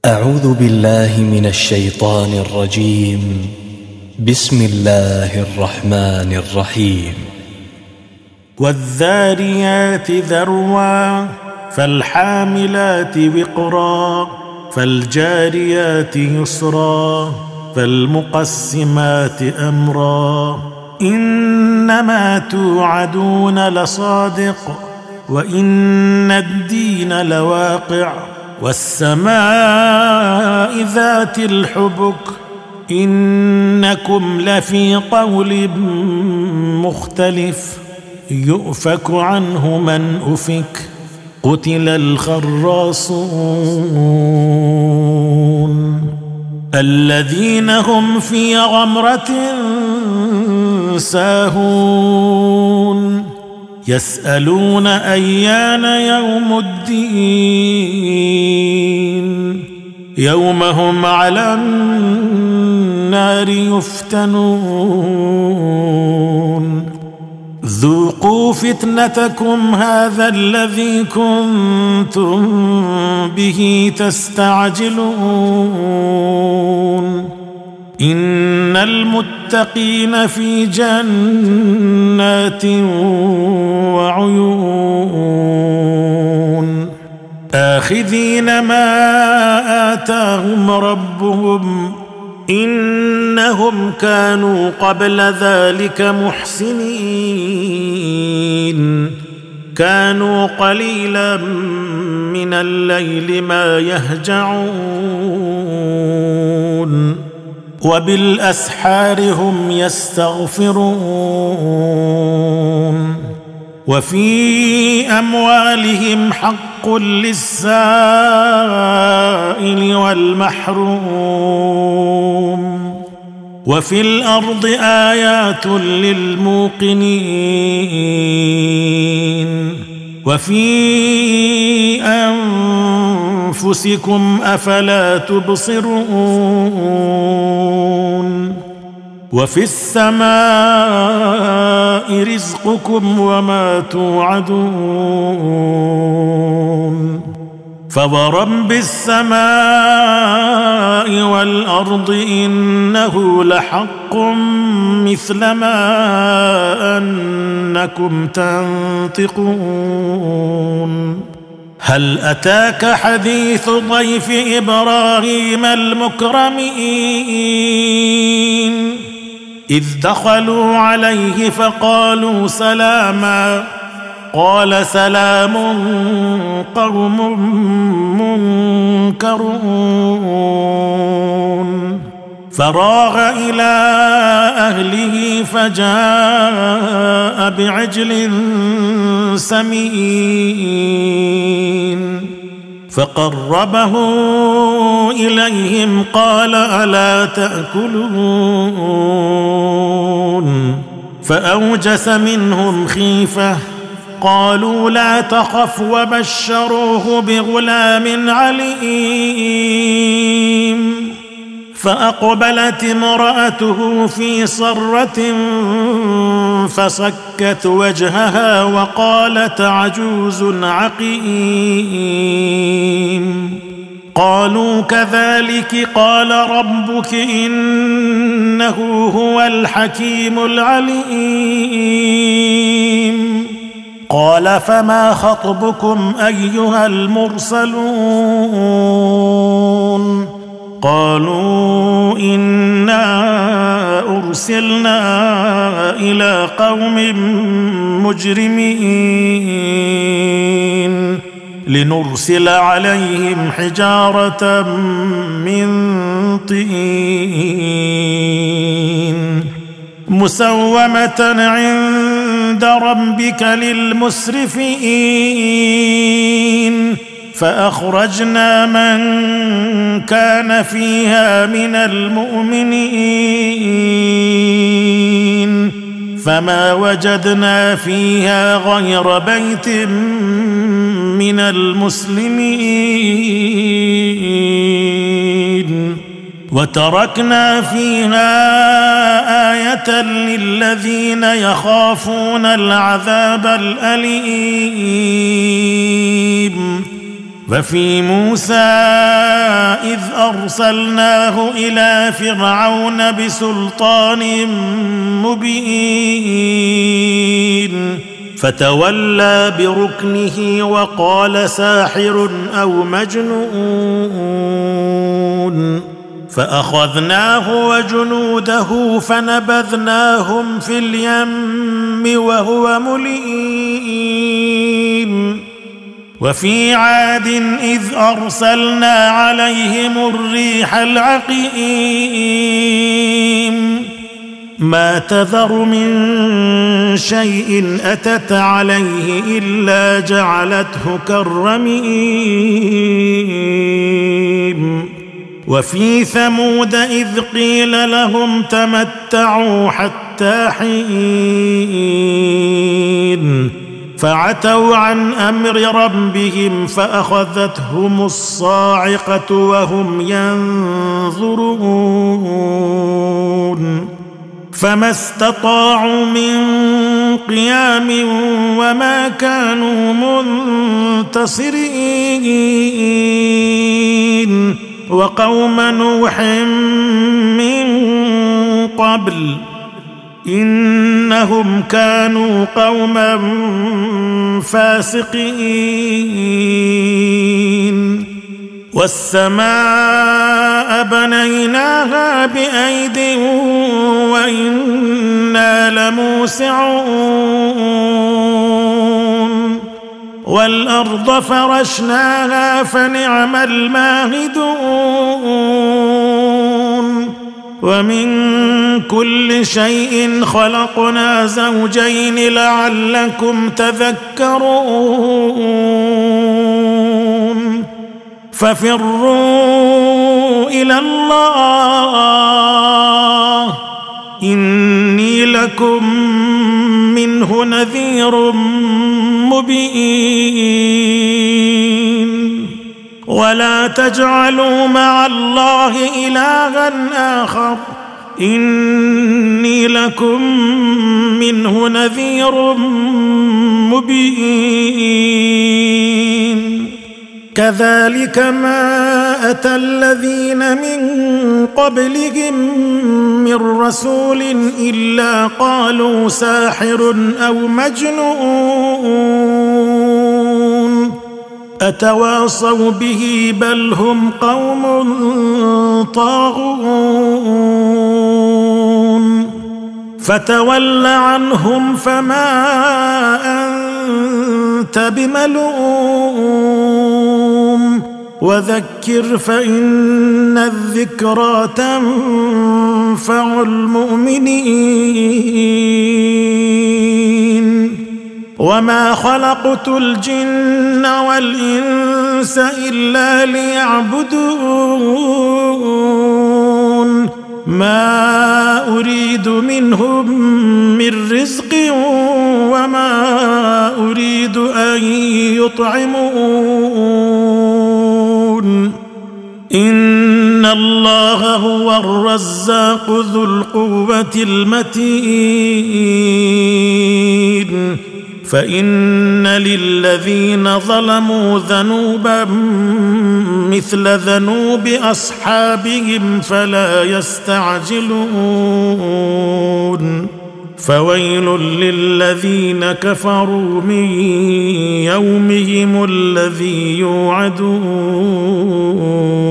أعوذ بالله من الشيطان الرجيم. بسم الله الرحمن الرحيم. والذاريات ذروا فالحاملات وقرا فالجاريات يسرا فالمقسمات أمرا إنما توعدون لصادق وإن الدين لواقع والسماء ذات الحبك إنكم لفي قول مختلف يؤفك عنه من أفك قتل الخراصون الذين هم في غمرة ساهون يسألون أيان يوم الدين يوم هم على النار يفتنون ذوقوا فتنتكم هذا الذي كنتم به تستعجلون إن المتقين في جنات وعيون آخذين ما آتاهم ربهم إنهم كانوا قبل ذلك محسنين كانوا قليلا من الليل ما يهجعون وبالأسحار هم يستغفرون وفي أموالهم حق للسائل والمحروم وفي الأرض آيات للموقنين وفي أنفسكم أفلا تبصرون وفي السماء رزقكم وما توعدون فورب السماء والأرض إنه لحق مثل ما أنكم تنطقون هل أتاك حديث ضيف إبراهيم المكرمين إذ دخلوا عليه فقالوا سلاما قال سلام قوم منكرون فراغ إلى أهله فجاء بعجل سمين فقربه إليهم قال ألا تأكلون فأوجس منهم خيفة قالوا لا تخف وبشروه بغلام عليم فأقبلت امرأته في صرة فصكت وجهها وقالت عجوز عقيم قالوا كذلك قال ربك إنه هو الحكيم العليم قال فما خطبكم أيها المرسلون قالوا إنا أرسلنا إلى قوم مجرمين لنرسل عليهم حجارة من طين مسومة عند ربك للمسرفين فأخرجنا من كان فيها من المؤمنين فما وجدنا فيها غير بيت من المسلمين وتركنا فيها آية للذين يخافون العذاب الأليم وفي موسى إذ أرسلناه إلى فرعون بسلطان مبين فتولى بركنه وقال ساحر أو مجنون فأخذناه وجنوده فنبذناهم في اليم وهو مليم وفي عاد إذ أرسلنا عليهم الريح العقيم ما تذر من شيء أتت عليه إلا جعلته كالرميم وفي ثمود إذ قيل لهم تمتعوا حتى حين فعتوا عن أمر ربهم فأخذتهم الصاعقة وهم ينظرون فما استطاعوا من قيام وما كانوا منتصرين وقوم نوح من قبل إنهم كانوا قوما فاسقين والسماء بنيناها بأيد وإنا لموسعون والأرض فرشناها فنعم الماهدون ومن كل شيء خلقنا زوجين لعلكم تذكرون ففروا إلى الله إني لكم منه نذير مبين ولا تجعلوا مع الله إلها آخر إني لكم منه نذير مبين كذلك ما أتى الذين من قبلهم من رسول إلا قالوا ساحر أو مجنون أتواصوا به بل هم قوم طاغون فتول عنهم فما أنت بملوم وذكر فإن الذكرى تنفع المؤمنين وما خلقت الجن والإنس إلا ليعبدون ما أريد منهم من رزق وما أريد أن يطعمون إن الله هو الرزاق ذو القوة المتين فإن للذين ظلموا ذنوبا مثل ذنوب أصحابهم فلا يستعجلون فويل للذين كفروا من يومهم الذي يوعدون